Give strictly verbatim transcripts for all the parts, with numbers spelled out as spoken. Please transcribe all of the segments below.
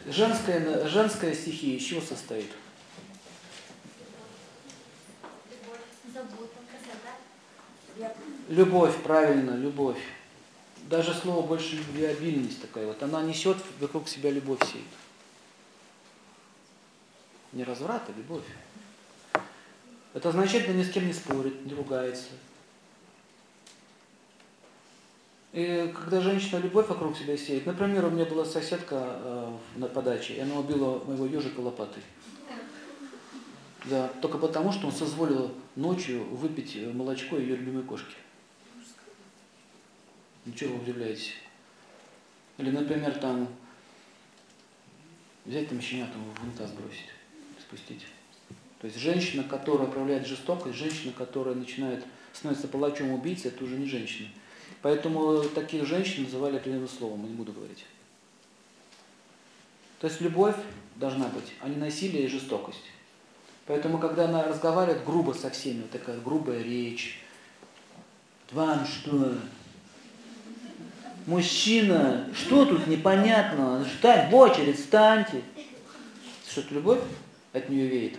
Женская, женская стихия из чего состоит? Любовь, правильно, любовь. Даже слово больше любвеобильность такая вот. Она несет вокруг себя любовь сеет. Не разврат, а любовь. Это означает, что ни с кем не спорит, не ругается. И когда женщина любовь вокруг себя сеет, например, у меня была соседка э, на подаче, и она убила моего ежика лопатой. Да, только потому, что он созволил ночью выпить молочко ее любимой кошки. Ничего вы удивляетесь? Или, например, там взять там щенятам в унитаз бросить, спустить. То есть женщина, которая проявляет жестокость, женщина, которая начинает становится палачом убийцы, это уже не женщина. Поэтому таких женщин называли определенным словом, я не буду говорить. То есть любовь должна быть, а не насилие и жестокость. Поэтому, когда она разговаривает грубо со всеми, вот такая грубая речь, вам что? Мужчина, что тут непонятно? Встань в очередь, встаньте. Что-то любовь от нее веет.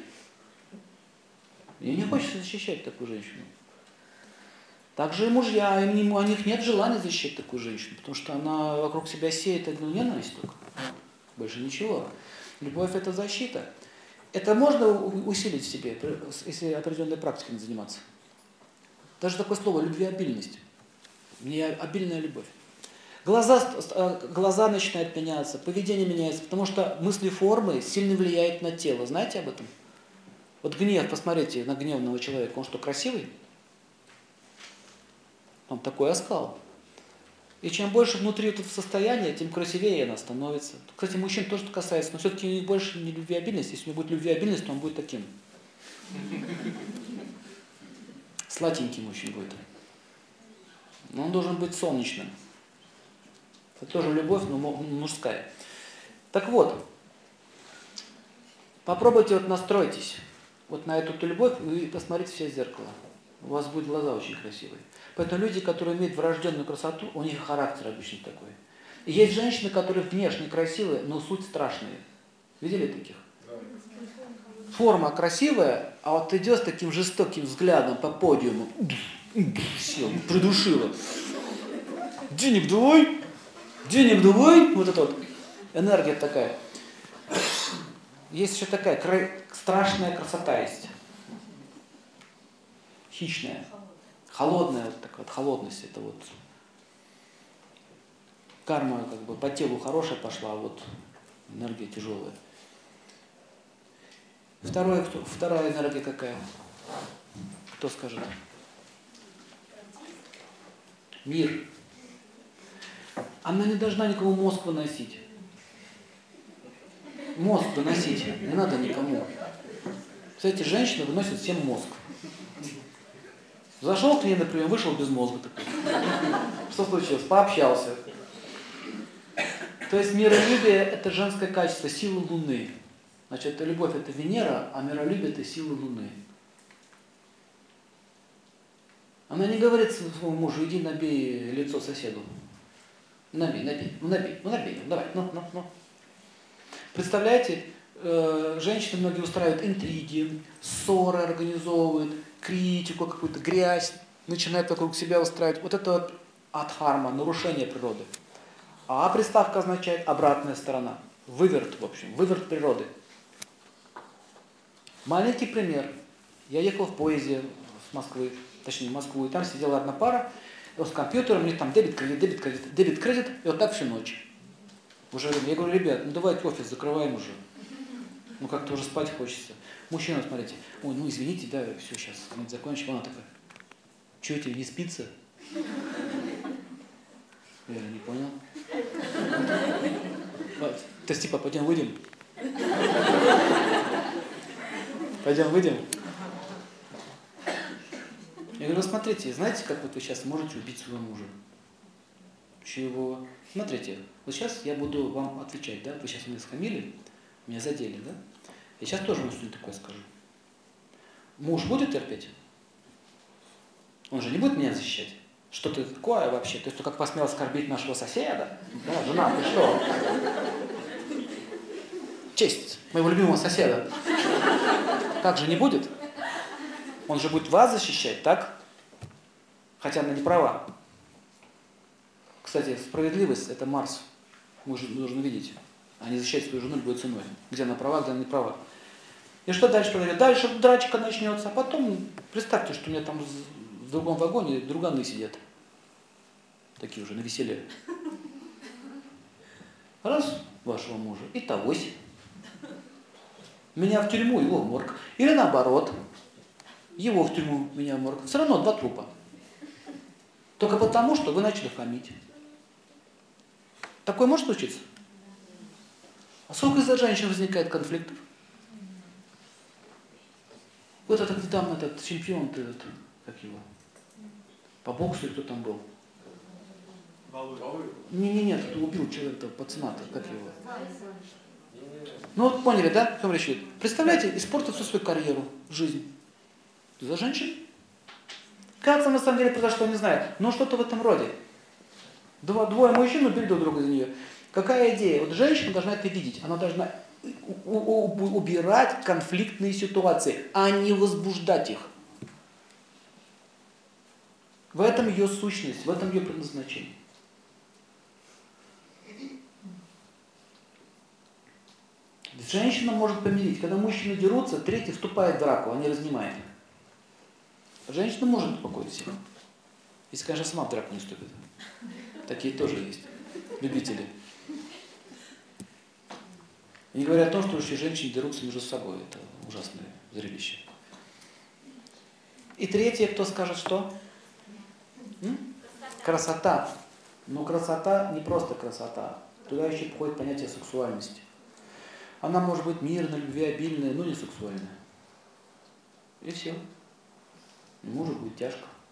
Ей не хочется защищать такую женщину. Также и мужья, им не, у них нет желания защищать такую женщину, потому что она вокруг себя сеет одну ненависть только. Больше ничего. Любовь – это защита. Это можно усилить в себе, если определенной практикой заниматься. Даже такое слово любвеобильность. Не обильная любовь. Глаза, глаза начинают меняться, поведение меняется, потому что мысли формы сильно влияют на тело. Знаете об этом? Вот гнев, посмотрите на гневного человека, он что, красивый? Он такой оскал. И чем больше внутри этого состояния, тем красивее она становится. Кстати, мужчин тоже это касается, но все-таки у них больше не любвеобильность. Если у него будет любвеобильность, то он будет таким. Сладенький мужчина будет. Но он должен быть солнечным. Это тоже любовь, но мужская. Так вот, попробуйте вот настройтесь вот на эту любовь и посмотрите в себя в зеркало. У вас будут глаза очень красивые. Поэтому люди, которые имеют врожденную красоту, у них характер обычно такой. И есть женщины, которые внешне красивые, но суть страшные. Видели таких? Форма красивая, а вот идет с таким жестоким взглядом по подиуму. Все, придушила. Денег давай! Денег давай! Вот это вот энергия такая. Есть еще такая кра... страшная красота есть. Хищная. Холодная, вот такая вот холодность. Это вот карма как бы по телу хорошая пошла, а вот энергия тяжелая. Второе, кто, вторая энергия какая? Кто скажет? Мир. Она не должна никому мозг выносить. Мозг выносить не надо никому. Кстати, женщина выносит всем мозг. Зашел к ней, например, вышел без мозга такой. Что случилось? Пообщался. То есть миролюбие – это женское качество, сила Луны. Значит, это любовь – это Венера, а миролюбие – это сила Луны. Она не говорит своему мужу: иди набей лицо соседу. Набей, набей, ну набей, ну набей, ну давай, ну, ну, ну. Представляете, э, женщины многие устраивают интриги, ссоры организовывают, критику какую-то, грязь, начинают вокруг себя устраивать. Вот это вот адхарма, нарушение природы. А приставка означает обратная сторона. Выверт, в общем, выверт природы. Маленький пример. Я ехал в поезде с Москвы, точнее в Москву, и там сидела одна пара, с компьютером, у них там дебет, кредит, дебет, кредит, дебет, кредит, и вот так всю ночь. Уже, я говорю: ребят, ну давайте офис закрываем уже. Ну как-то уже спать хочется. Мужчина, смотрите: ой, ну извините, да, все, сейчас мы закончим. Она такая: что, тебе не спится? Я не понял. То есть типа пойдем выйдем? Пойдем выйдем? Я говорю: смотрите, знаете, как вот вы сейчас можете убить своего мужа? Чего? Смотрите, вот сейчас я буду вам отвечать, да? Вы сейчас меня схамили, меня задели, да? Я сейчас тоже вам что-нибудь такое скажу. Муж будет терпеть? Он же не будет меня защищать. Что ты такое вообще? Ты что, как посмел оскорбить нашего соседа? Да, жена, ты что? честь моего любимого соседа. Так же не будет? Он же будет вас защищать, так? Хотя она не права. Кстати, справедливость – это Марс. Мы же должны видеть. Они защищают свою жену любой ценой. Где она права, где она не права. И что дальше произойдет? Дальше драчка начнется. А потом, представьте, что у меня там в другом вагоне друганы сидят. Такие уже, на веселе. Раз, вашего мужа, и тогось. Меня в тюрьму, его в морг. Или наоборот. Его в тюрьму, меня в морг. Все равно два трупа. Только потому, что вы начали хамить. Такое может случиться? А сколько из-за женщин возникает конфликтов? Вот этот недавно этот чемпион, ты, этот, как его, по боксу кто там был? Не-не-не, кто убил человека, пацана-то, как его? Ну вот поняли, да, о чем речь идет? Представляете, испортил всю свою карьеру, жизнь. За женщин? Как там на самом деле произошло, не знаю, но что-то в этом роде. Два, двое мужчин убили друг друга за нее. Какая идея? Вот женщина должна это видеть, она должна у- у- убирать конфликтные ситуации, а не возбуждать их. В этом ее сущность, в этом ее предназначение. Женщина может помирить. Когда мужчины дерутся, третий вступает в драку, а не разнимает их. Женщина может успокоить всех. Если, конечно, сама в драку не вступит. Такие тоже есть. Любители. И не говоря о том, что вообще женщины дерутся между собой. Это ужасное зрелище. И третье, кто скажет, что? М? Красота. Но красота не просто красота. Туда еще входит понятие сексуальности. Она может быть мирная, любвеобильная, но не сексуальная. И все. Может быть тяжко.